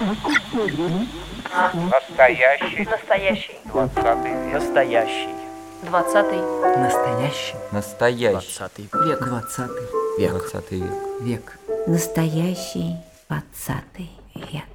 Настоящий. Настоящий. 20 век. Настоящий. 20-й. Настоящий. Настоящий. 20 век. 20 век. 20 век. Век. Настоящий 20 век.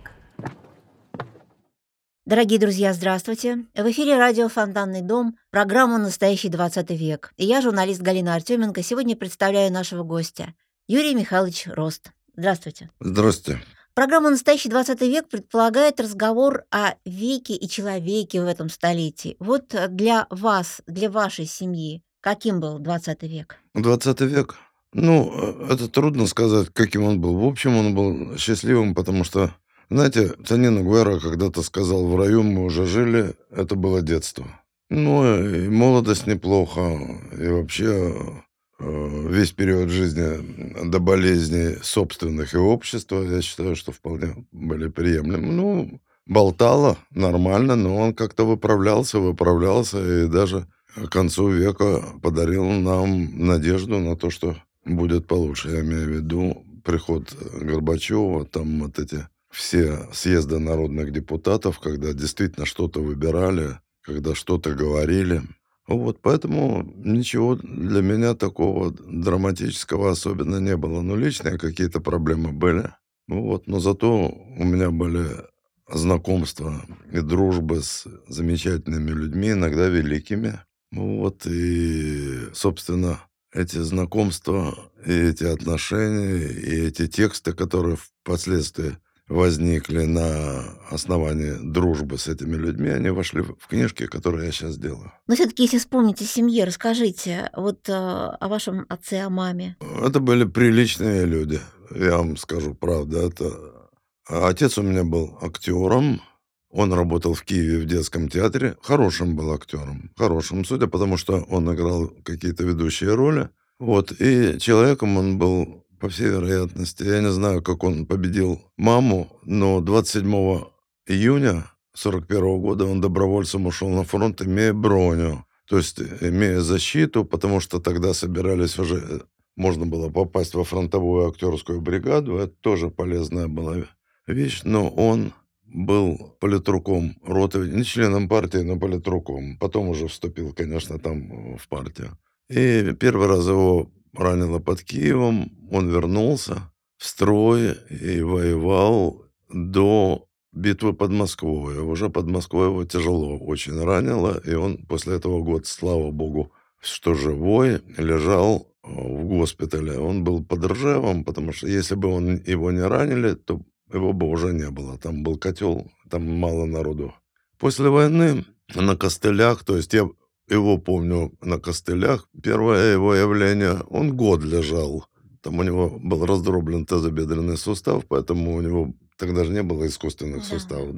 Дорогие друзья, здравствуйте. В эфире радио «Фонтанный дом», программа «Настоящий 20 век». И я, журналист Галина Артеменко, сегодня представляю нашего гостя, Юрий Михайлович Рост. Здравствуйте. Здравствуйте. Программа «Настоящий 20 век» предполагает разговор о веке и человеке в этом столетии. Вот для вас, для вашей семьи, каким был 20 век? 20 век? Это трудно сказать, каким он был. В общем, он был счастливым, потому что, знаете, Tonino Guerra когда-то сказал: в раю мы уже жили, это было детство. И молодость неплохо, и вообще весь период жизни до болезней собственных и общества, я считаю, что вполне были приемлемы. Болтало нормально, но он как-то выправлялся, и даже к концу века подарил нам надежду на то, что будет получше. Я имею в виду приход Горбачева, там вот эти все съезды народных депутатов, когда действительно что-то выбирали, когда что-то говорили. Поэтому ничего для меня такого драматического особенно не было. Личные какие-то проблемы были. Но зато у меня были знакомства и дружбы с замечательными людьми, иногда великими. И, собственно, эти знакомства, и эти отношения, и эти тексты, которые впоследствии возникли на основании дружбы с этими людьми, они вошли в книжки, которые я сейчас делаю. Но все-таки, если вспомните семье, расскажите о вашем отце, о маме. Это были приличные люди, я вам скажу правду. Отец у меня был актером, он работал в Киеве в детском театре, хорошим был актером, судя по тому, что он играл какие-то ведущие роли. И человеком он был, по всей вероятности, я не знаю, как он победил маму, но 27 июня 1941 года он добровольцем ушел на фронт, имея броню, то есть имея защиту, потому что тогда собирались уже, можно было попасть во фронтовую актерскую бригаду, это тоже полезная была вещь, но он был политруком роты, не членом партии, но политруком, потом уже вступил, конечно, там в партию. И первый раз его ранило под Киевом, он вернулся в строй и воевал до битвы под Москвой. Уже под Москвой его тяжело очень ранило, и он после этого года, слава богу, что живой, лежал в госпитале. Он был под Ржевом, потому что если бы его не ранили, то его бы уже не было. Там был котел, там мало народу. После войны на костылях, то есть я его помню на костылях, первое его явление, он год лежал. Там у него был раздроблен тазобедренный сустав, поэтому у него тогда же не было искусственных суставов,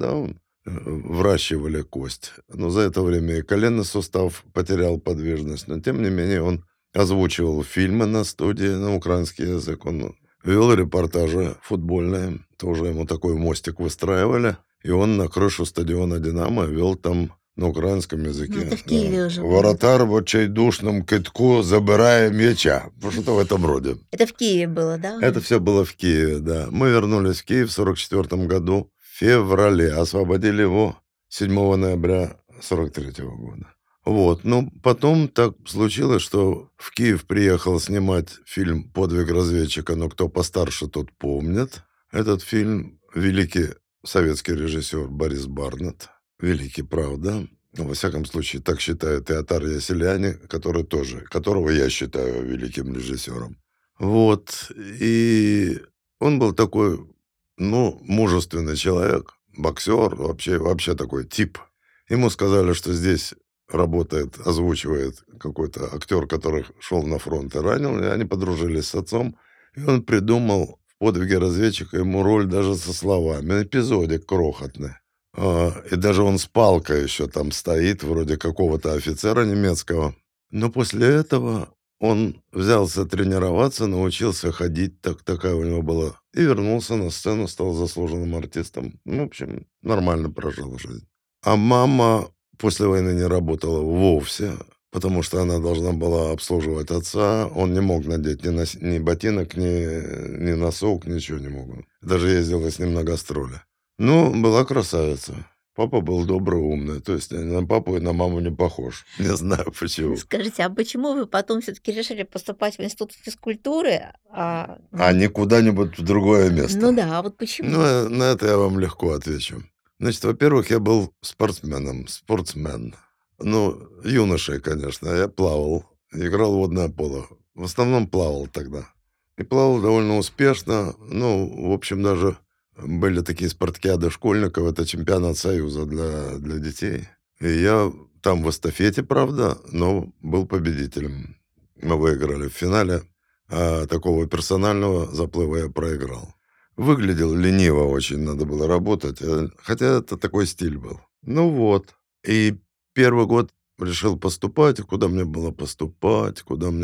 выращивали кость. Но за это время и коленный сустав потерял подвижность. Но тем не менее он озвучивал фильмы на студии на украинский язык, он вел репортажи футбольные, тоже ему такой мостик выстраивали, и он на крышу стадиона «Динамо» вел там на украинском языке. Это в Киеве уже. Воротар в отчайдушном китку забирая мяча. Что-то в этом роде. Это в Киеве было, да? Это все было в Киеве, да. Мы вернулись в Киев в 1944 году в феврале. Освободили его 7 ноября 1943 года. Потом так случилось, что в Киев приехал снимать фильм «Подвиг разведчика», но кто постарше, тот помнит. Этот фильм великий советский режиссер Борис Барнет. Великий, правда. Во всяком случае, так считает и Атар Яселяни, которого я считаю великим режиссером. И он был такой, мужественный человек, боксер, вообще такой тип. Ему сказали, что здесь озвучивает какой-то актер, который шел на фронт и ранил, и они подружились с отцом, и он придумал в «Подвиге разведчика» ему роль даже со словами, эпизодик крохотный. И даже он с палкой еще там стоит, вроде какого-то офицера немецкого. Но после этого он взялся тренироваться, научился ходить, такая у него была, и вернулся на сцену, стал заслуженным артистом. В общем, нормально прожил жизнь. А мама после войны не работала вовсе, потому что она должна была обслуживать отца. Он не мог надеть ни ботинок, ни носок, ничего не мог. Даже ездила с ним на гастроли. Ну, была красавица. Папа был добрый, умный. То есть на папу и на маму не похож. Не знаю почему. Скажите, а почему вы потом все-таки решили поступать в институт физкультуры? А не куда-нибудь в другое место. Ну да, а вот почему? Ну, на это я вам легко отвечу. Значит, во-первых, я был спортсмен. Ну, юношей, конечно. Я плавал, играл в водное поло. В основном плавал тогда. И плавал довольно успешно. Ну, в общем, даже были такие спартакиады школьников. Это чемпионат Союза для детей. И я там в эстафете, правда, но был победителем. Мы выиграли в финале, а такого персонального заплыва я проиграл. Выглядел лениво очень, надо было работать, хотя это такой стиль был. Ну вот, и первый год решил поступать, куда мне было поступать.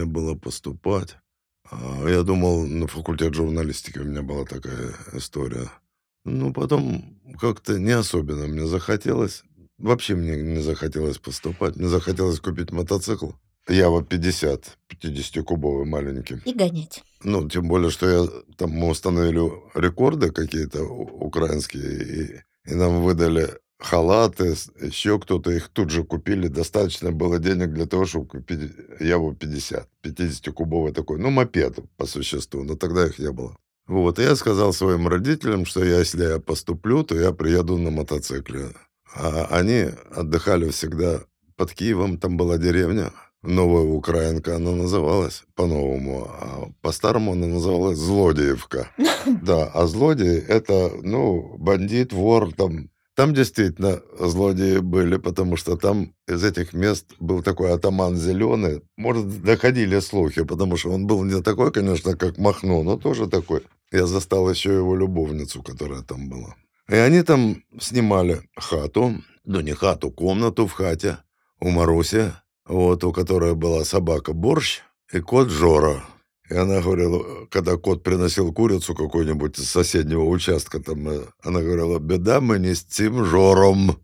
Я думал, на факультет журналистики у меня была такая история. Ну, потом как-то не особенно мне захотелось. Вообще мне не захотелось поступать. Мне захотелось купить мотоцикл. Ява 50, 50-кубовый маленький. И гонять. Ну, тем более, что мы установили рекорды какие-то украинские, и нам выдали халаты, еще кто-то их тут же купили. Достаточно было денег для того, чтобы купить Яву 50, 50-кубовый такой, ну, мопед по существу, но тогда их не было. Вот, и я сказал своим родителям, что если я поступлю, то я приеду на мотоцикле. А они отдыхали всегда под Киевом, там была деревня, Новая Украинка она называлась по-новому, а по-старому она называлась Злодеевка. Да, а злодей — это, ну, бандит, вор, там. Там действительно злодеи были, потому что там из этих мест был такой атаман Зеленый. Может, доходили слухи, потому что он был не такой, конечно, как Махно, но тоже такой. Я застал еще его любовницу, которая там была. И они там снимали хату, ну не хату, комнату в хате у Маруси, вот, у которой была собака Борщ и кот Жора. И она говорила, когда кот приносил курицу какую-нибудь из соседнего участка, там, она говорила, беда, мы не с тем Жором.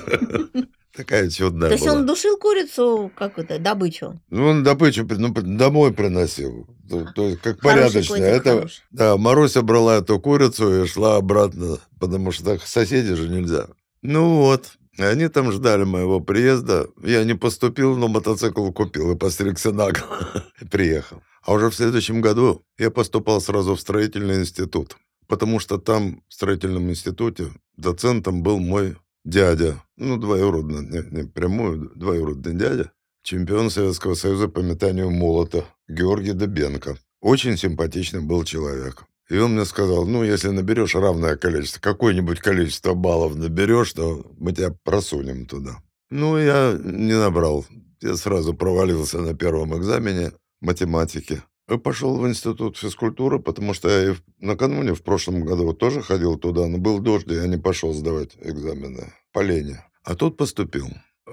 Такая чудная была. То есть он душил курицу, добычу? Ну, он добычу домой приносил. То есть, как Хороший порядочно. котик, хороший. Да, Маруся брала эту курицу и шла обратно, потому что так соседи же нельзя. Ну вот, они там ждали моего приезда. Я не поступил, но мотоцикл купил и постригся наголо. И приехал. А уже в следующем году я поступал сразу в строительный институт, потому что там, в строительном институте, доцентом был мой дядя, ну, двоюродный, не прямой, двоюродный дядя, чемпион Советского Союза по метанию молота Георгий Дыбенко. Очень симпатичный был человек. И он мне сказал, ну, если наберешь равное количество, какое-нибудь количество баллов наберешь, то мы тебя просунем туда. Ну, я не набрал. Я сразу провалился на первом экзамене математики. И пошел в институт физкультуры, потому что я и накануне, в прошлом году, тоже ходил туда, но был дождь, и я не пошел сдавать экзамены по лени. А тут поступил.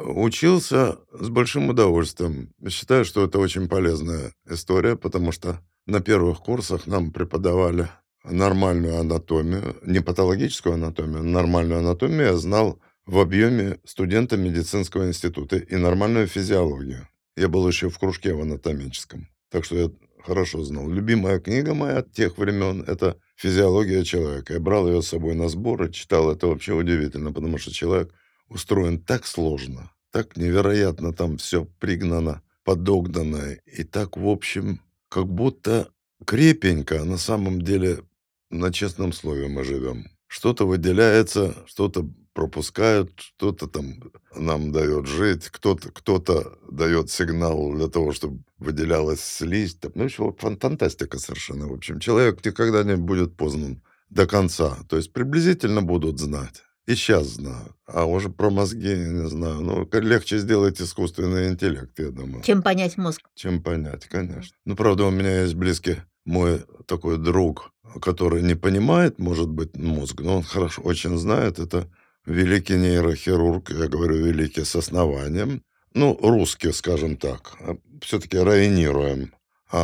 Учился с большим удовольствием. Считаю, что это очень полезная история, потому что на первых курсах нам преподавали нормальную анатомию, не патологическую анатомию, нормальную анатомию я знал в объеме студента медицинского института и нормальную физиологию. Я был еще в кружке в анатомическом, так что я хорошо знал. Любимая книга моя от тех времен — это «Физиология человека». Я брал ее с собой на сборы, читал. Это вообще удивительно, потому что человек устроен так сложно, так невероятно там все пригнано, подогнано, и так, в общем, как будто крепенько, а на самом деле на честном слове мы живем. Что-то выделяется, что-то пропускают, что-то там нам дает жить, кто-то дает сигнал для того, чтобы выделялась слизь. Ну, еще фантастика совершенно. В общем, человек никогда не будет познан до конца. То есть приблизительно будут знать. И сейчас знаю. А уже про мозги не знаю. Ну, легче сделать искусственный интеллект, я думаю. Чем понять мозг? Чем понять, конечно. Ну, правда, у меня есть близкий мой такой друг, который не понимает, может быть, мозг, но он хорошо очень знает. Это великий нейрохирург, я говорю, великий с основанием. Ну, русский, скажем так. Все-таки районируем.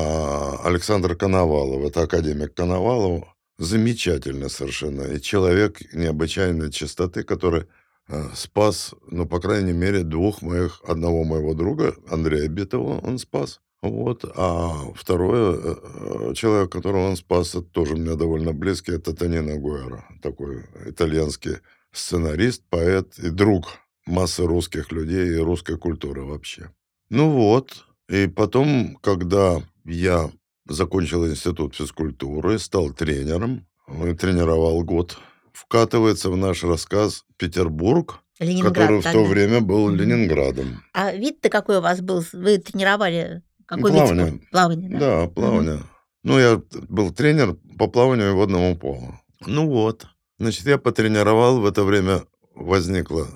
Александр Коновалов, это академик Коновалов, замечательно совершенно. И человек необычайной чистоты, который спас, ну, по крайней мере, одного моего друга, Андрея Битова, он спас. Вот. А второй человек, которого он спас, это тоже мне довольно близкий, это Тонино Гуэра, такой итальянский сценарист, поэт и друг массы русских людей и русской культуры вообще. Ну вот, и потом, когда я закончил институт физкультуры, стал тренером, тренировал год, вкатывается в наш рассказ Петербург, который Ленинград в то тогда. время был Мгм. Ленинградом. А вид-то какой у вас был? Вы тренировали какой вид Плавание. спорта? Плавание, да? Да, Мгм. плавание. Ну, я был тренер по плаванию и водному полу. Ну вот, значит, я потренировал, в это время возникла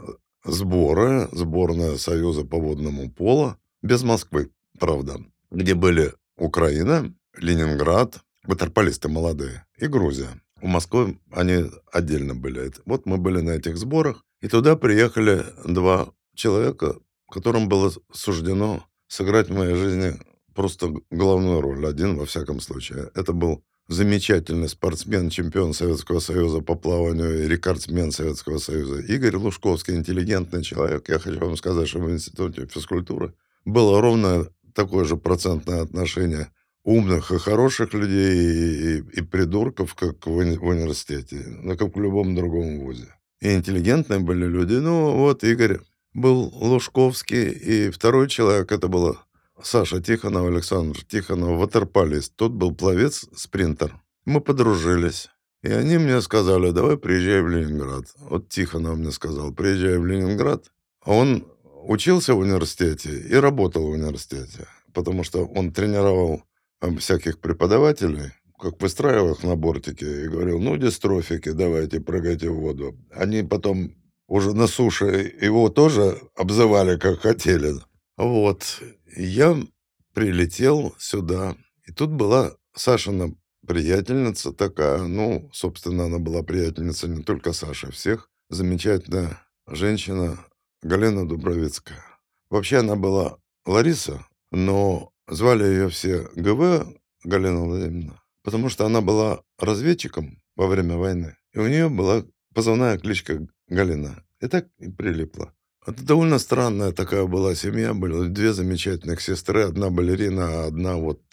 сборная Союза по водному полу, без Москвы, правда, где были Украина, Ленинград, ватерполисты молодые, и Грузия. У Москвы они отдельно были. Вот мы были на этих сборах, и туда приехали 2 человека, которым было суждено сыграть в моей жизни просто главную роль. Один, во всяком случае. Это был замечательный спортсмен, чемпион Советского Союза по плаванию и рекордсмен Советского Союза Игорь Лужковский, интеллигентный человек. Я хочу вам сказать, что в институте физкультуры было ровно такое же процентное отношение умных и хороших людей и придурков, как в университете, ну, как в любом другом вузе. И интеллигентные были люди. Ну, вот Игорь был Лужковский, и второй человек, это было Саша Тихонов, Александр Тихонов, ватерполист. Тот был пловец, спринтер. Мы подружились. И они мне сказали, давай приезжай в Ленинград. Вот Тихонов мне сказал, приезжай в Ленинград. А он учился в университете и работал в университете, потому что он тренировал всяких преподавателей, как выстраивал их на бортике, и говорил, ну, дистрофики, давайте, прыгайте в воду. Они потом уже на суше его тоже обзывали, как хотели. Вот. Я прилетел сюда, и тут была Сашина приятельница такая, ну, собственно, она была приятельница не только Саши, всех, замечательная женщина Галина Дубровицкая. Вообще она была Лариса, но звали ее все ГВ, Галина Владимировна, потому что она была разведчиком во время войны, и у нее была позывная кличка Галина. И так и прилипла. Это довольно странная такая была семья. Были 2 замечательных сестры. Одна балерина, а одна вот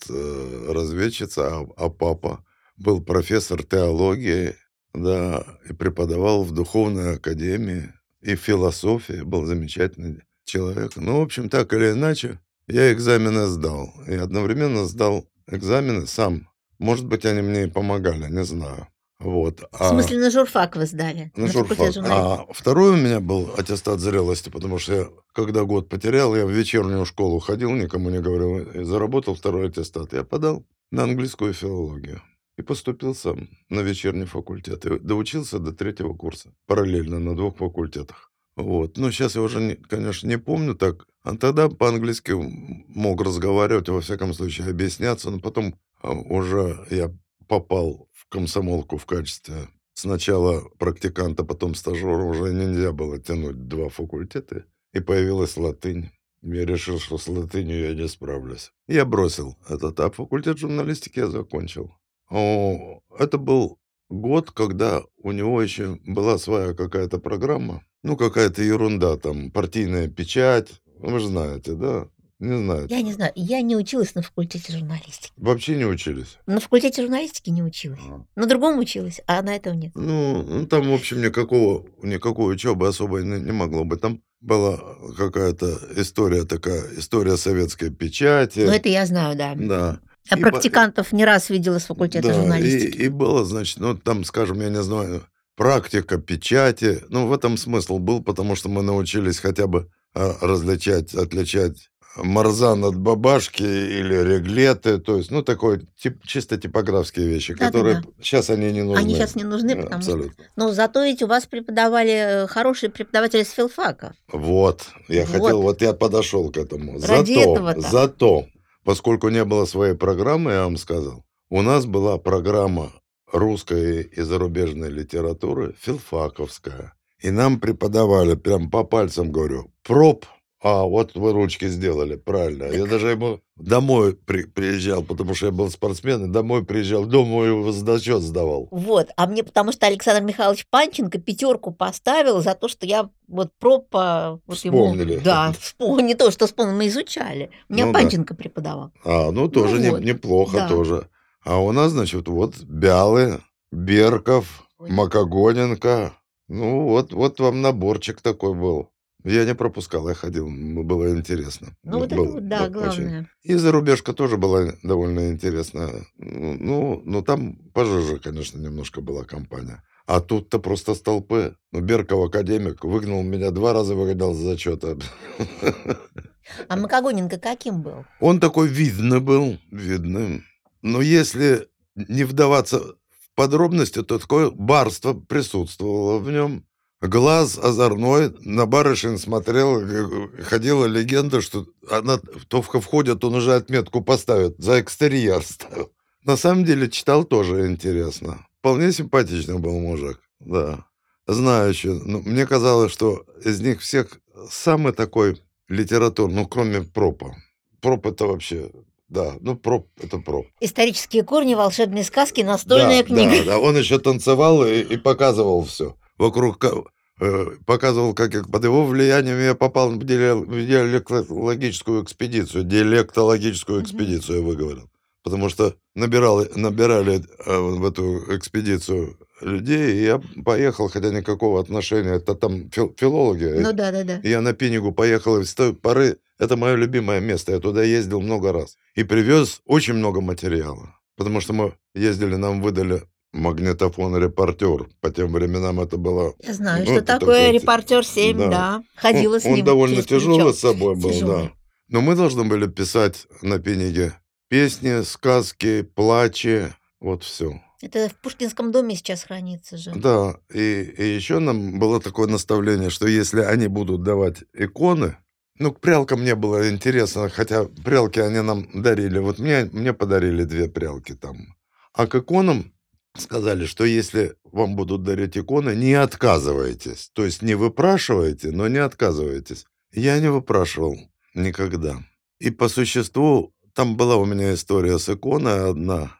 разведчица. А папа был профессор теологии, да, и преподавал в духовной академии. И в философии был замечательный человек. Ну, в общем, так или иначе, я экзамены сдал. И одновременно сдал экзамены сам. Может быть, они мне и помогали, не знаю. Вот. В смысле, на журфак вы сдали? На факультет журфак. журналистики? А второй у меня был аттестат зрелости, потому что я, когда год потерял, я в вечернюю школу ходил, никому не говорил, и заработал второй аттестат. Я подал на английскую филологию и поступил сам на вечерний факультет. И доучился до 3-го курса, параллельно на 2 факультетах. Вот. Ну, сейчас я уже, конечно, не помню так. А тогда по-английски мог разговаривать, во всяком случае, объясняться. Но потом уже я попал в комсомолку в качестве сначала практиканта, потом стажера. Уже нельзя было тянуть 2 факультета. И появилась латынь. Я решил, что с латынью я не справлюсь. Я бросил этот, а факультет журналистики я закончил. Это был год, когда у него еще была своя какая-то программа. Ну, какая-то ерунда там, партийная печать. Вы же знаете, да? Не знаете? Я не знаю, я не училась на факультете журналистики. Вообще не учились? На факультете журналистики не училась. На другом училась, а на этом нет. Ну, там, в общем, никакой учебы особой не могло быть. Там была какая-то история такая, история советской печати. Ну, это я знаю, да. Да. Я И по- практикантов не раз видела с факультета Да, журналистики. и было, значит, ну, там, скажем, я не знаю, практика печати. Ну, в этом смысл был, потому что мы научились хотя бы отличать марзан от бабашки или реглеты. То есть, ну, такой чисто типографские вещи, которые Да-да-да. сейчас они не нужны. Они сейчас не нужны, Да, потому что... абсолютно. Но зато ведь у вас преподавали хорошие преподаватели с филфака. Вот, я Вот. хотел, вот я подошел к этому. Ради этого-то. Зато, поскольку не было своей программы, я вам сказал, у нас была программа русской и зарубежной литературы филфаковская. И нам преподавали, прям по пальцам говорю, проб вот вы ручки сделали, правильно. Я Так даже ему домой приезжал, потому что я был спортсмен, и домой приезжал, дома его зачет сдавал. вот, а мне потому что Александр Михайлович Панченко 5 поставил за то, что я вот пропа вот ему Вспомнили. да, не то, что вспомнил, мы изучали. Меня Ну да. Панченко преподавал. Ну тоже Ну вот, неплохо да. тоже. А у нас, значит, вот Бялы, Берков, Макогоненко. Ну вот вам наборчик такой был. Я не пропускал, я ходил, было интересно. Ну вот это вот, да, Очень. главное. И зарубежка тоже была довольно интересная. Ну там пожиже, конечно, немножко была компания. А тут-то просто столпы. Ну, Берков академик выгнал меня 2 раза, выгонял с зачета. А Макогоненко каким был? Он такой видный был, видный. Но если не вдаваться в подробности, то такое барство присутствовало в нем. Глаз озорной, на барышень смотрел, ходила легенда, что она только входит, он уже отметку поставит, за экстерьер ставил. На самом деле читал тоже интересно. Вполне симпатичный был мужик, да. Знающий. Ну, мне казалось, что из них всех самый такой литературный, ну, кроме Пропа. Проп это вообще, да, ну, Проп это Проп. Исторические корни, волшебные сказки, настольная книга. Да, он еще танцевал и показывал все. Вокруг показывал, как под его влиянием я попал в диалектологическую экспедицию. Диалектологическую экспедицию я выговорил. Потому что набирали в эту экспедицию людей, и я поехал, хотя никакого отношения. Это там филологи. Ну да. Я на Пинигу поехал, и с той поры это мое любимое место. Я туда ездил много раз. И привез очень много материала. Потому что мы ездили, нам выдали магнитофон «Репортер». По тем временам это было... Я знаю, ну, что это такое такое «Репортер 7», да. Ходила с ним. Он довольно через тяжелый плечо. с собой был, Тяжелый. да. Но мы должны были писать на Пиниге песни, сказки, плачи, вот все. Это в Пушкинском доме сейчас хранится же. Да, и еще нам было такое наставление, что если они будут давать иконы, ну, к прялкам мне было интересно, хотя прялки они нам дарили. Вот мне подарили 2 прялки там. А к иконам сказали, что если вам будут дарить иконы, не отказывайтесь. То есть не выпрашивайте, но не отказывайтесь. Я не выпрашивал никогда. И по существу, там была у меня история с иконой одна.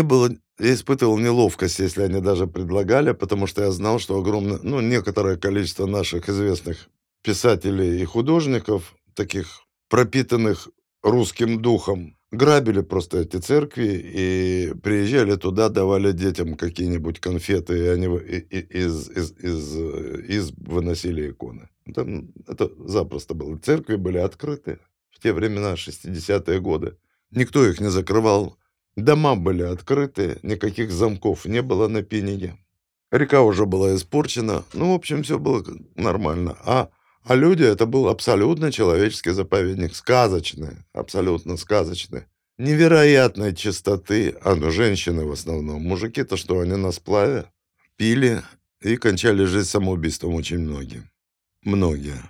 Я испытывал неловкость, если они даже предлагали, потому что я знал, что некоторое количество наших известных писателей и художников, таких пропитанных русским духом, грабили просто эти церкви и приезжали туда, давали детям какие-нибудь конфеты, и они из выносили иконы. Там это запросто было. Церкви были открыты в те времена, 60-е годы. Никто их не закрывал. Дома были открыты, никаких замков не было на Пиниге. Река уже была испорчена. Ну, в общем, все было нормально. А люди, это был абсолютно человеческий заповедник. Сказочный, абсолютно сказочный. Невероятной чистоты. Женщины в основном. Мужики-то что, они на сплаве пили и кончали жизнь самоубийством очень многие. Многие.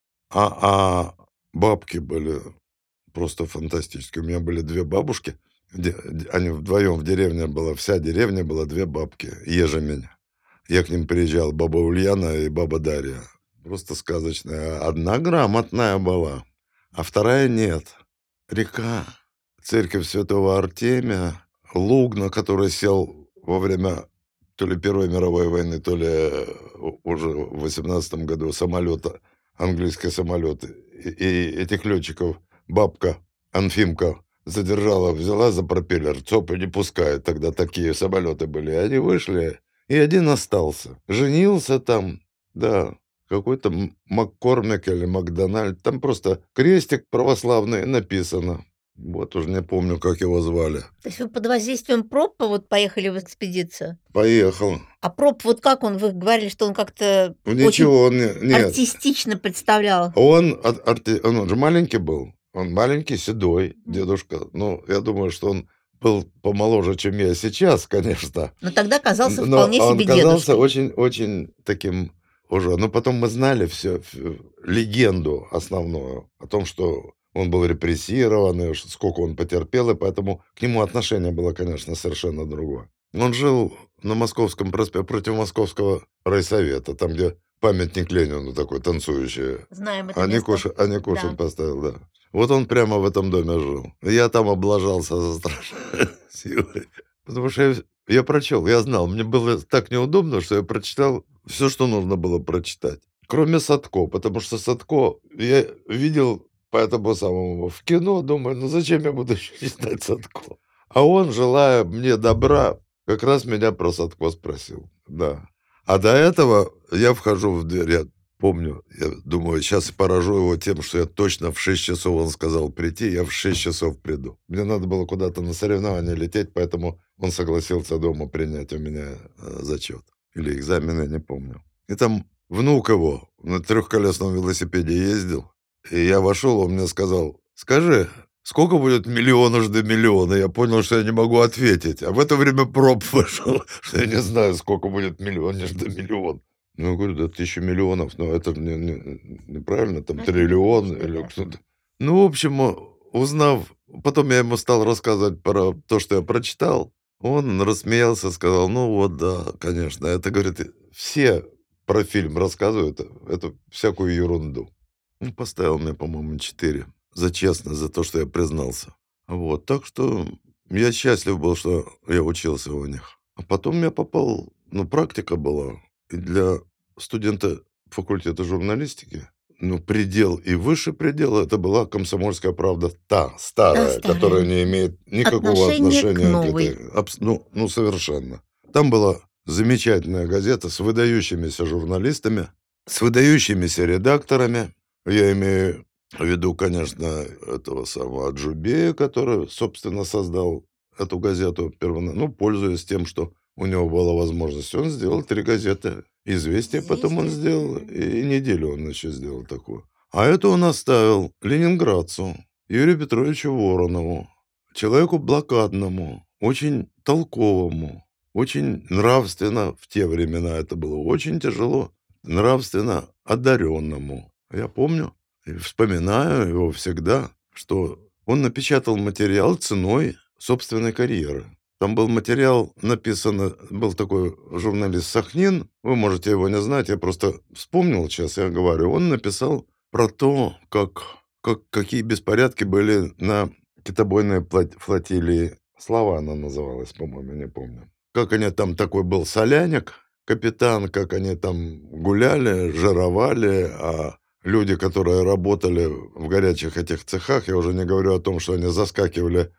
А бабки были просто фантастические. У меня были 2 бабушки. Они вдвоем в деревне была, вся деревня была 2 бабки, ежемень. Я к ним приезжал, баба Ульяна и баба Дарья. Просто сказочная. Одна грамотная была, а вторая нет. Река, церковь Святого Артемия, луг, на который сел во время то ли Первой мировой войны, то ли уже в 18 году английский самолет. И этих летчиков бабка Анфимка задержала, взяла за пропеллер, ЦОПы не пускает, тогда такие самолеты были. Они вышли, и один остался. Женился там, да, какой-то Маккормик или Макдональд. Там просто крестик православный написано. Вот уже не помню, как его звали. То есть вы под воздействием Пропа вот поехали в экспедицию? Поехал. А Проп, вот как он, вы говорили, что он как-то Ничего, очень нет. артистично представлял. Он же маленький был. Он маленький, седой дедушка. Ну, я думаю, что он был помоложе, чем я сейчас, конечно. Но тогда казался Но вполне он себе казался дедушкой. очень таким уже. Но потом мы знали всю легенду основную о том, что он был репрессирован, и сколько он потерпел, и поэтому к нему отношение было, конечно, совершенно другое. Он жил на Московском проспекте, против Московского райсовета, там, где памятник Ленину такой, танцующий. Знаем это место. Аникушин Да. поставил, да. Вот он прямо в этом доме жил. Я там облажался за страшной силой. Потому что я прочел, я знал. Мне было так неудобно, что я прочитал все, что нужно было прочитать. Кроме Садко, потому что Садко я видел по этому самому в кино, думаю, ну зачем я буду еще читать Садко? А он, желая мне добра, как раз меня про Садко спросил. Да. А до этого я вхожу в дверь, я помню, я думаю, сейчас поражу его тем, что я точно в 6 часов он сказал прийти, я в 6 часов приду. Мне надо было куда-то на соревнования лететь, поэтому он согласился дома принять у меня зачет. Или экзамен, я не помню. И там внук его на трехколесном велосипеде ездил, и я вошел, он мне сказал, скажи, сколько будет миллионажды миллиона? Я понял, что я не могу ответить. А в это время проб вышел, что я не знаю, сколько будет миллионажды миллион. Ну, я говорю, да 1000 миллионов, но это неправильно, там Просто триллион неправильно, или да. кто-то. Ну, в общем, узнав, потом я ему стал рассказывать про то, что я прочитал, он рассмеялся, сказал, ну вот, да, конечно, это, говорит, все про фильм рассказывают, это всякую ерунду. Он поставил мне, по-моему, 4 за честность, за то, что я признался. Вот, так что я счастлив был, что я учился у них. А потом я попал, ну, практика была, и для студента факультета журналистики, ну, предел и выше предела, это была «Комсомольская правда», та, Та старая, которая старая. не имеет никакого Отношение к отношения к новой. этой, ну, совершенно. Там была замечательная газета с выдающимися журналистами, с выдающимися редакторами. Я имею в виду, конечно, этого самого Аджубея, который, собственно, создал эту газету, ну, пользуясь тем, что у него была возможность. Он сделал 3 газеты. «Известия» потом он «Известия». сделал, и «Неделю» он еще сделал такую. А это он оставил ленинградцу, Юрию Петровичу Воронову, человеку блокадному, очень толковому, очень нравственно, в те времена это было очень тяжело, нравственно одаренному. Я помню и вспоминаю его всегда, что он напечатал материал ценой собственной карьеры. Там был материал, написано, был такой журналист Сахнин, вы можете его не знать, я просто вспомнил сейчас, я говорю, он написал про то, какие беспорядки были на китобойной флотилии. Слава она называлась, по-моему, не помню. Как они там, такой был Соляник, капитан, как они там гуляли, жировали, а люди, которые работали в горячих этих цехах, я уже не говорю о том, что они заскакивали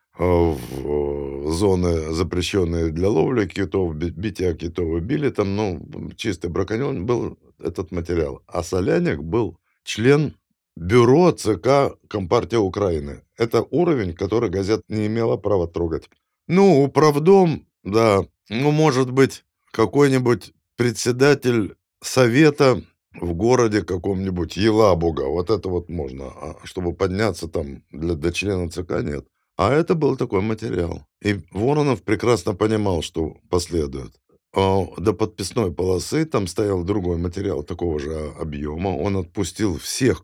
в зоны, запрещенные для ловли китов, битья китов, и били там, ну, чистый браконьер, был этот материал. А Соляник был член бюро ЦК Компартии Украины. Это уровень, который газета не имела права трогать. Ну, управдом, да, ну, может быть, какой-нибудь председатель совета в городе каком-нибудь Елабуга. Вот это вот можно. А чтобы подняться там до члена ЦК, нет. А это был такой материал. И Воронов прекрасно понимал, что последует. До подписной полосы там стоял другой материал такого же объема. Он отпустил всех,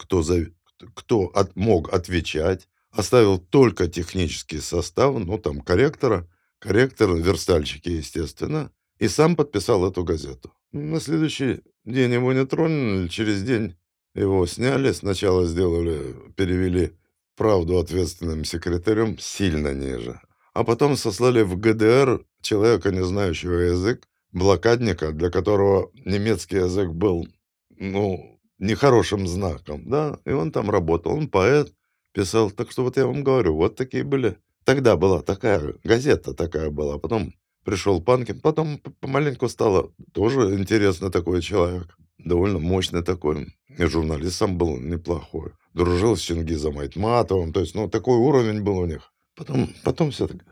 кто мог отвечать. Оставил только технический состав, ну, там, корректор, верстальщики, естественно. И сам подписал эту газету. На следующий день его не тронули, через день его сняли. Сначала перевели «Правду» ответственным секретарем сильно ниже. А потом сослали в ГДР человека, не знающего язык, блокадника, для которого немецкий язык был, ну, нехорошим знаком, да, и он там работал, он поэт, писал. Так что вот я вам говорю, вот такие были. Тогда была такая газета, такая была. Потом пришел Панкин, потом помаленьку стало тоже интересно такой человек, довольно мощный такой. И журналист сам был неплохой. Дружил с Чингизом Айтматовым, то есть, ну, такой уровень был у них. Потом все так.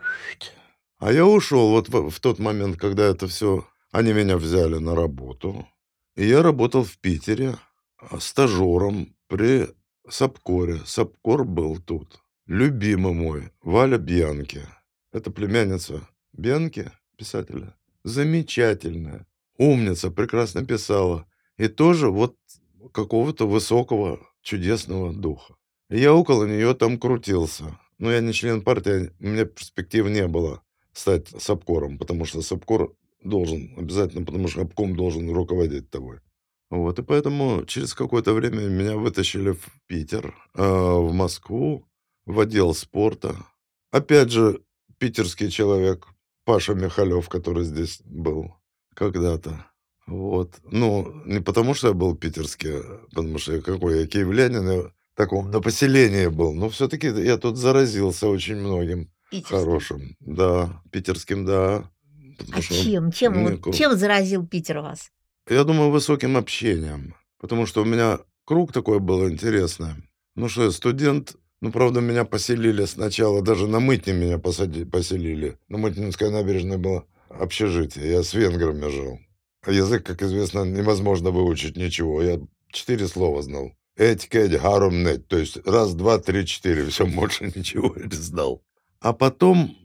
А я ушел вот в тот момент, когда это все, они меня взяли на работу. И я работал в Питере стажером при Сапкоре. Сапкор был тут. Любимый мой, Валя Бьянки. Это племянница Бьянки, писателя. Замечательная. Умница, прекрасно писала. И тоже вот какого-то высокого, чудесного духа. И я около нее там крутился. Но я не член партии, у меня перспектив не было стать сапкором, потому что сапкор должен обязательно, потому что обком должен руководить тобой. Вот, и поэтому через какое-то время меня вытащили в Питер, в Москву, в отдел спорта. Опять же, питерский человек Паша Михалев, который здесь был когда-то. Вот. Ну, не потому, что я был питерский, потому что я киевлянин, я таком на поселении был, но все-таки я тут заразился очень многим Питерским. хорошим. Да, питерским, да. А Потому что чем? мне Чем заразил Питер вас? я думаю, высоким общением, потому что у меня круг такой был интересный. Ну что я студент, ну, правда, меня поселили сначала, даже на Мытне меня поселили. На Мытнинской набережной было общежитие, я с венграми жил. А язык, как известно, невозможно выучить ничего. Я 4 слова знал. Эть, кеть, гарум, нет. То есть раз, два, три, четыре. Все, больше ничего я не знал. А потом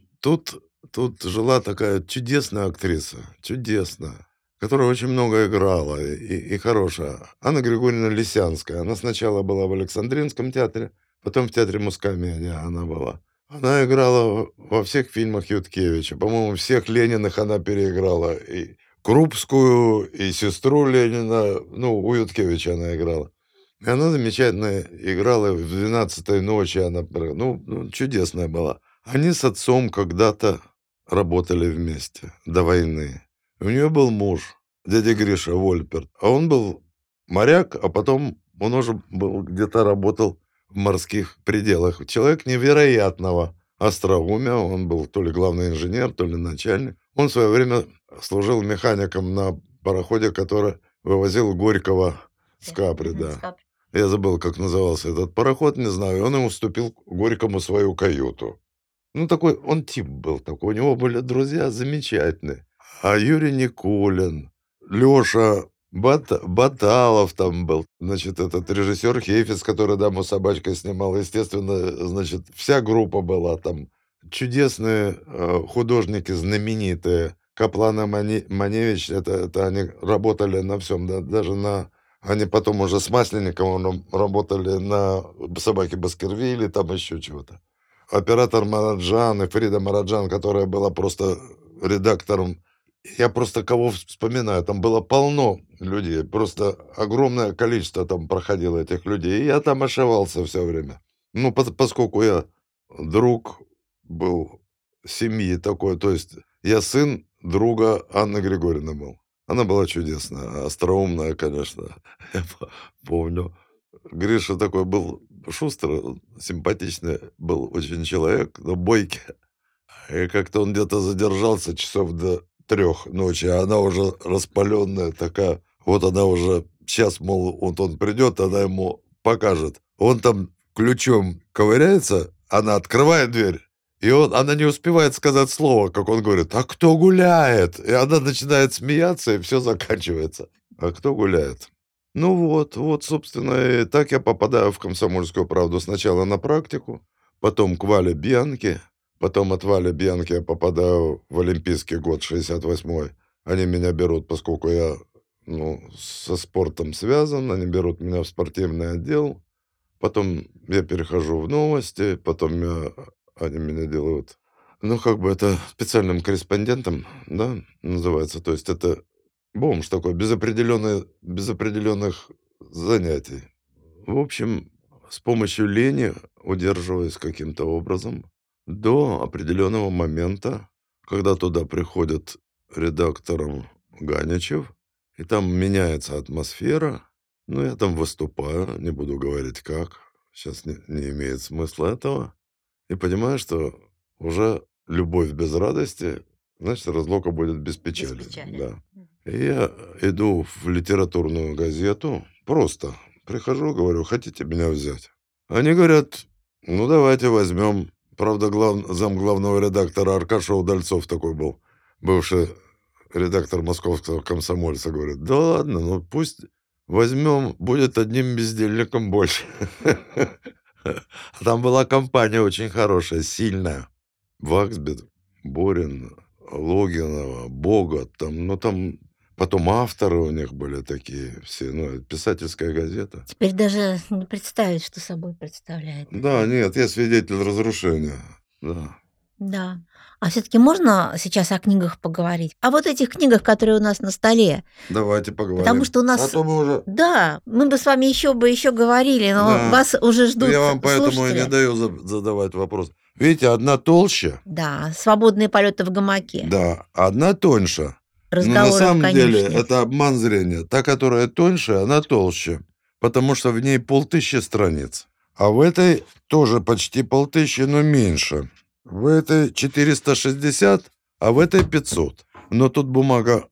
тут жила такая чудесная актриса, чудесная, которая очень много играла и хорошая. Анна Григорьевна Лисянская. Она сначала была в Александринском театре, потом в театре Мускомедия она была. Она играла во всех фильмах Юткевича. По-моему, всех Лениных она переиграла. И Крупскую, и сестру Ленина. Ну, у Юткевича она играла. И она замечательно играла в «12-й ночи». Она, ну, чудесная была. Они с отцом когда-то работали вместе до войны. У нее был муж, дядя Гриша Вольперт, а он был моряк, а потом он уже был где-то работал в морских пределах. Человек невероятного остроумия, он был то ли главный инженер, то ли начальник. Он в свое время служил механиком на пароходе, который вывозил Горького с Капри, да. Я забыл, как назывался этот пароход, не знаю. И он ему уступил Горькому свою каюту. Ну, такой он тип был такой. У него были друзья замечательные. А Юрий Никулин, Лёша Баталов там был. Значит, этот режиссер Хейфиц, который «Даму с собачкой» снимал. Естественно, значит, вся группа была там. Чудесные художники, знаменитые. Каплан и Маневич, это они работали на всем, да, даже на... Они потом уже с Масленниковым работали на «Собаке Баскервиле», там еще чего-то. Оператор Мараджан и Фрида Мараджан, которая была просто редактором. Я просто кого вспоминаю, там было полно людей, просто огромное количество там проходило этих людей, и я там ошивался все время. Ну, поскольку я друг был семьи такой, то есть я сын друга Анны Григорьевны был. Она была чудесная, остроумная, конечно, я помню. Гриша такой был шустрый, симпатичный был очень человек, но бойкий. И как-то он где-то задержался часов до 3 ночи, а она уже распаленная такая. Вот она уже, сейчас, мол, вот он придет, она ему покажет. Он там ключом ковыряется, она открывает дверь, и она не успевает сказать слово, как он говорит: «А кто гуляет?» И она начинает смеяться, и все заканчивается. «А кто гуляет?» Ну вот, собственно, и так я попадаю в «Комсомольскую правду». Сначала на практику, потом к Вале Бьянке, потом от Вали Бьянки я попадаю в Олимпийский год, 68-й. Они меня берут, поскольку я, ну, со спортом связан, они берут меня в спортивный отдел. Потом я перехожу в новости, потом они меня делают, ну, как бы это специальным корреспондентом, да, называется. То есть это бомж такой, без определенных занятий. В общем, с помощью лени удерживаюсь каким-то образом до определенного момента, когда туда приходит редактором Ганичев, и там меняется атмосфера. Ну, я там выступаю, не буду говорить как, сейчас не имеет смысла этого. И понимаю, что уже любовь без радости, значит, разлука будет без печали. Без печали. Да. И я иду в литературную газету, просто прихожу, говорю: хотите меня взять? Они говорят: ну, давайте возьмем. Правда, зам главного редактора Аркаша Удальцов такой был, бывший редактор московского «Комсомольца», говорит: да ладно, ну пусть возьмем, будет одним бездельником больше. Там была компания очень хорошая, сильная. Ваксбит, Борин, Логинова, Богат, там, ну там потом авторы у них были такие все, ну, это писательская газета. Теперь даже не представить, что собой представляет. Да, нет, я свидетель разрушения, да. Да. А все-таки можно сейчас о книгах поговорить? О вот этих книгах, которые у нас на столе. Давайте Потому поговорим. что у А нас... то мы уже... Да, мы бы с вами еще говорили, но Да. вас уже Ну, ждут я вам поэтому и слушатели. не даю задавать вопрос. Видите, одна толще, Да, свободные полеты в гамаке, да, одна тоньше. Но на разговоры в самом деле конюшне. это обман зрения. Та, которая тоньше, она толще, потому что в ней 1500 страниц. А в этой тоже почти 1500, но меньше. В этой 460, а в этой 500. Но тут бумага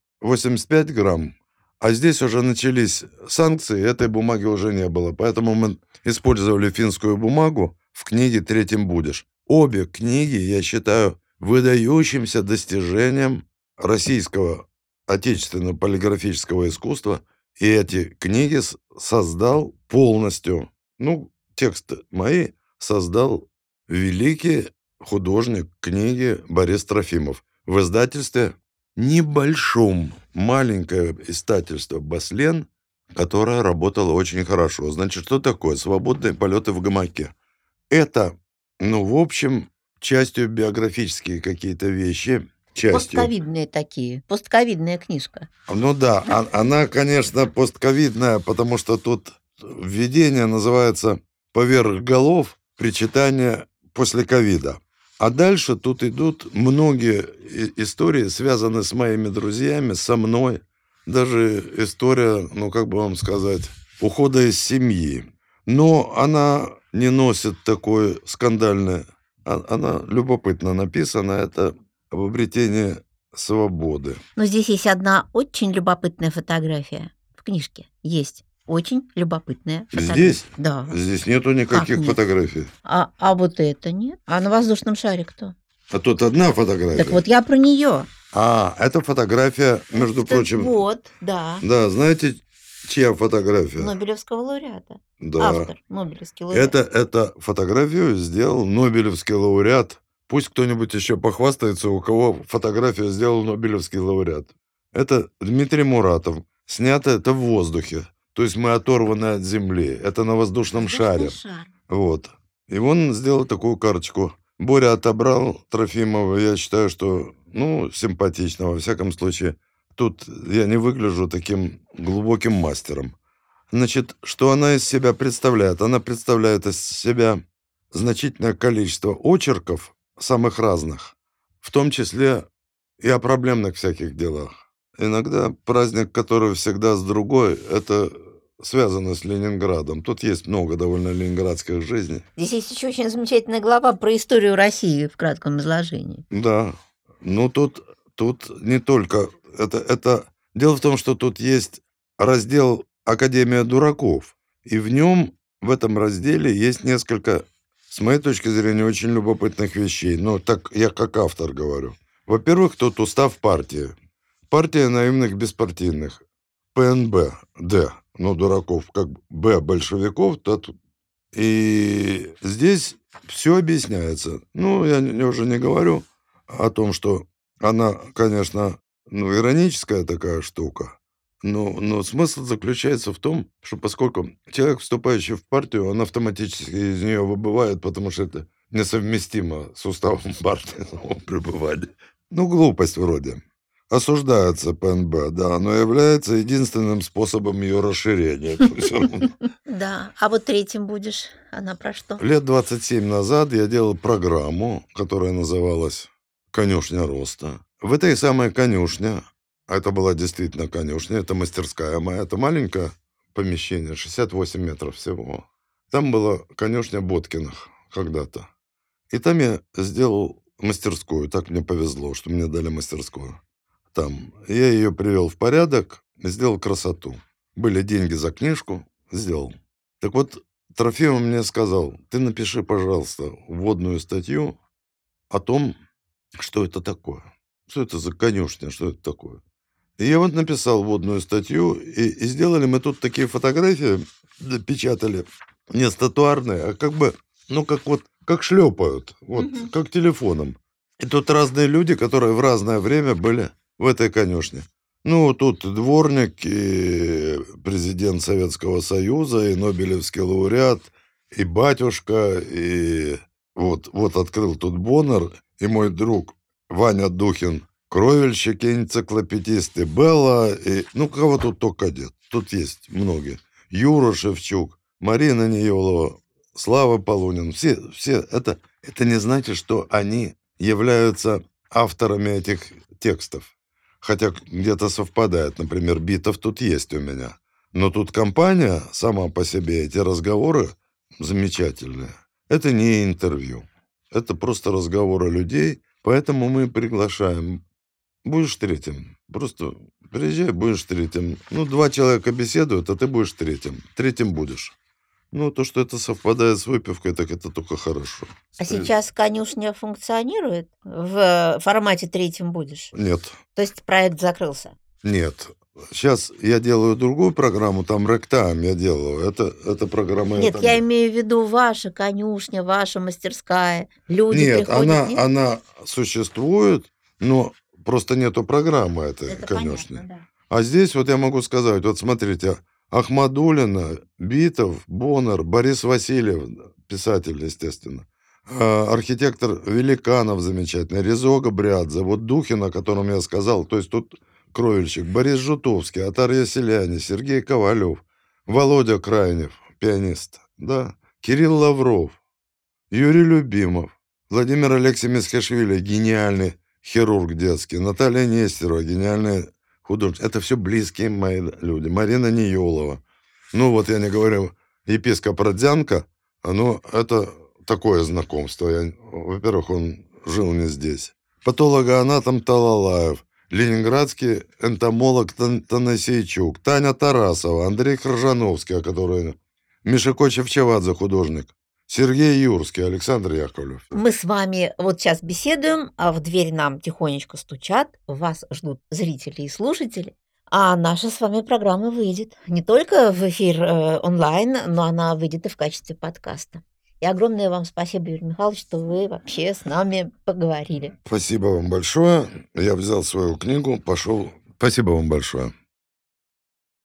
85 грамм, а здесь уже начались санкции, этой бумаги уже не было. Поэтому мы использовали финскую бумагу в книге «Третьим будешь». Обе книги я считаю выдающимся достижением российского отечественного полиграфического искусства. И эти книги создал полностью, тексты мои создал великий художник книги Борис Трофимов в издательстве небольшом, маленькое издательство «Баслен», которое работало очень хорошо. Значит, что такое свободные полеты в гамаке? Это, в общем, частью биографические какие-то вещи, частью. Постковидные такие, постковидная книжка. Ну да, она, конечно, постковидная, потому что тут введение называется «Поверх голов. Причитания после ковида». А дальше тут идут многие истории, связанные с моими друзьями, со мной. Даже история, как бы вам сказать, ухода из семьи. Но она не носит такой скандальной... Она любопытно написана. Это об обретении свободы. Но здесь есть одна очень любопытная фотография в книжке. Есть очень любопытная фотография. Здесь? Да. Здесь нету никаких нет? фотографий. А вот это нет? А на воздушном шаре кто? А тут одна фотография. Так вот я про нее. Это фотография, между прочим... Вот, да. Да, знаете, чья фотография? Нобелевского лауреата. Да. Автор, Нобелевский лауреат. Это фотографию сделал Нобелевский лауреат. Пусть кто-нибудь еще похвастается, у кого фотографию сделал Нобелевский лауреат. Это Дмитрий Муратов. Снято это в воздухе. То есть мы оторваны от земли. Это на воздушном шаре. Шар. Вот. И он сделал такую карточку. Боря отобрал Трофимова. Я считаю, что, симпатично. Во всяком случае, тут я не выгляжу таким глубоким мастером. Значит, что она из себя представляет? Она представляет из себя значительное количество очерков самых разных, в том числе и о проблемных всяких делах. Иногда праздник, который всегда с другой, это связано с Ленинградом. Тут есть много довольно ленинградских жизней. Здесь есть еще очень замечательная глава про историю России в кратком изложении. Да, тут не только... Это дело в том, что тут есть раздел «Академия дураков», и в нем, в этом разделе, есть несколько, с моей точки зрения, очень любопытных вещей. Так я как автор говорю. Во-первых, тут устав партии. Партия наивных беспартийных. ПНБ, Д, дураков, как Б, большевиков. И здесь все объясняется. Я уже не говорю о том, что она, конечно, ироническая такая штука. Но смысл заключается в том, что поскольку человек, вступающий в партию, он автоматически из нее выбывает, потому что это несовместимо с уставом партии пребывания. Глупость вроде. Осуждается ПНБ, да, но является единственным способом ее расширения. Да, а вот третьим будешь, она про что? Лет 27 назад я делал программу, которая называлась «Конюшня роста». В этой самой конюшне, а это была действительно конюшня, это мастерская моя, это маленькое помещение, 68 метров всего. Там была конюшня Боткиных когда-то. И там я сделал мастерскую, так мне повезло, что мне дали мастерскую. Там я ее привел в порядок, сделал красоту. Были деньги за книжку, сделал. Так вот, Трофимов мне сказал: ты напиши, пожалуйста, вводную статью о том, что это такое. Что это за конюшня, что это такое. И я вот написал вводную статью, и сделали мы тут такие фотографии, печатали, не статуарные, а как бы, как шлепают, как телефоном. И тут разные люди, которые в разное время были в этой конюшне. Тут дворник, и президент Советского Союза, и Нобелевский лауреат, и батюшка, и Вот открыл тут Боннер, и мой друг Ваня Духин, кровельщик, энциклопедист, и Белла, и, кого тут только нет. Тут есть многие. Юра Шевчук, Марина Ниелова, Слава Полунин. Все это не значит, что они являются авторами этих текстов. Хотя где-то совпадает. Например, Битов тут есть у меня. Но тут компания сама по себе, эти разговоры замечательные. Это не интервью. Это просто разговоры людей. Поэтому мы приглашаем. Будешь третьим. Просто приезжай, будешь третьим. 2 человека беседуют, а ты будешь третьим. Третьим будешь. То, что это совпадает с выпивкой, так это только хорошо. А сейчас конюшня функционирует? В формате третьим будешь? Нет. То есть проект закрылся? Нет. Сейчас я делаю другую программу, там Рэктайм я делаю. Это программа... Нет, я имею в виду ваша конюшня, ваша мастерская. Люди Нет, приходят... она существует, но просто нету программы этой Это конюшни. понятно, да. А здесь вот я могу сказать, вот смотрите, Ахмадулина, Битов, Боннер, Борис Васильев, писатель, естественно, архитектор Великанов замечательный, Резо Габриадзе, вот Духин, о котором я сказал, то есть тут кровельщик, Борис Жутовский, Атар Яселяне, Сергей Ковалев, Володя Крайнев, пианист, да, Кирилл Лавров, Юрий Любимов, Владимир Алексей Месхашвили, гениальный хирург детский, Наталья Нестерова, гениальная художник. Это все близкие мои люди. Марина Ниелова. Вот я не говорю, епископ Родзянко, это такое знакомство. Во-первых, он жил не здесь. Патологоанатом Талалаев, ленинградский энтомолог Танасейчук, Таня Тарасова, Андрей Крыжановский, который Миша Кочев-Чевадзе, художник, Сергей Юрский, Александр Яковлев. Мы с вами вот сейчас беседуем, а в дверь нам тихонечко стучат, вас ждут зрители и слушатели, а наша с вами программа выйдет не только в эфир онлайн, но она выйдет и в качестве подкаста. И огромное вам спасибо, Юрий Михайлович, что вы вообще с нами поговорили. Спасибо вам большое. Я взял свою книгу, пошел. Спасибо вам большое.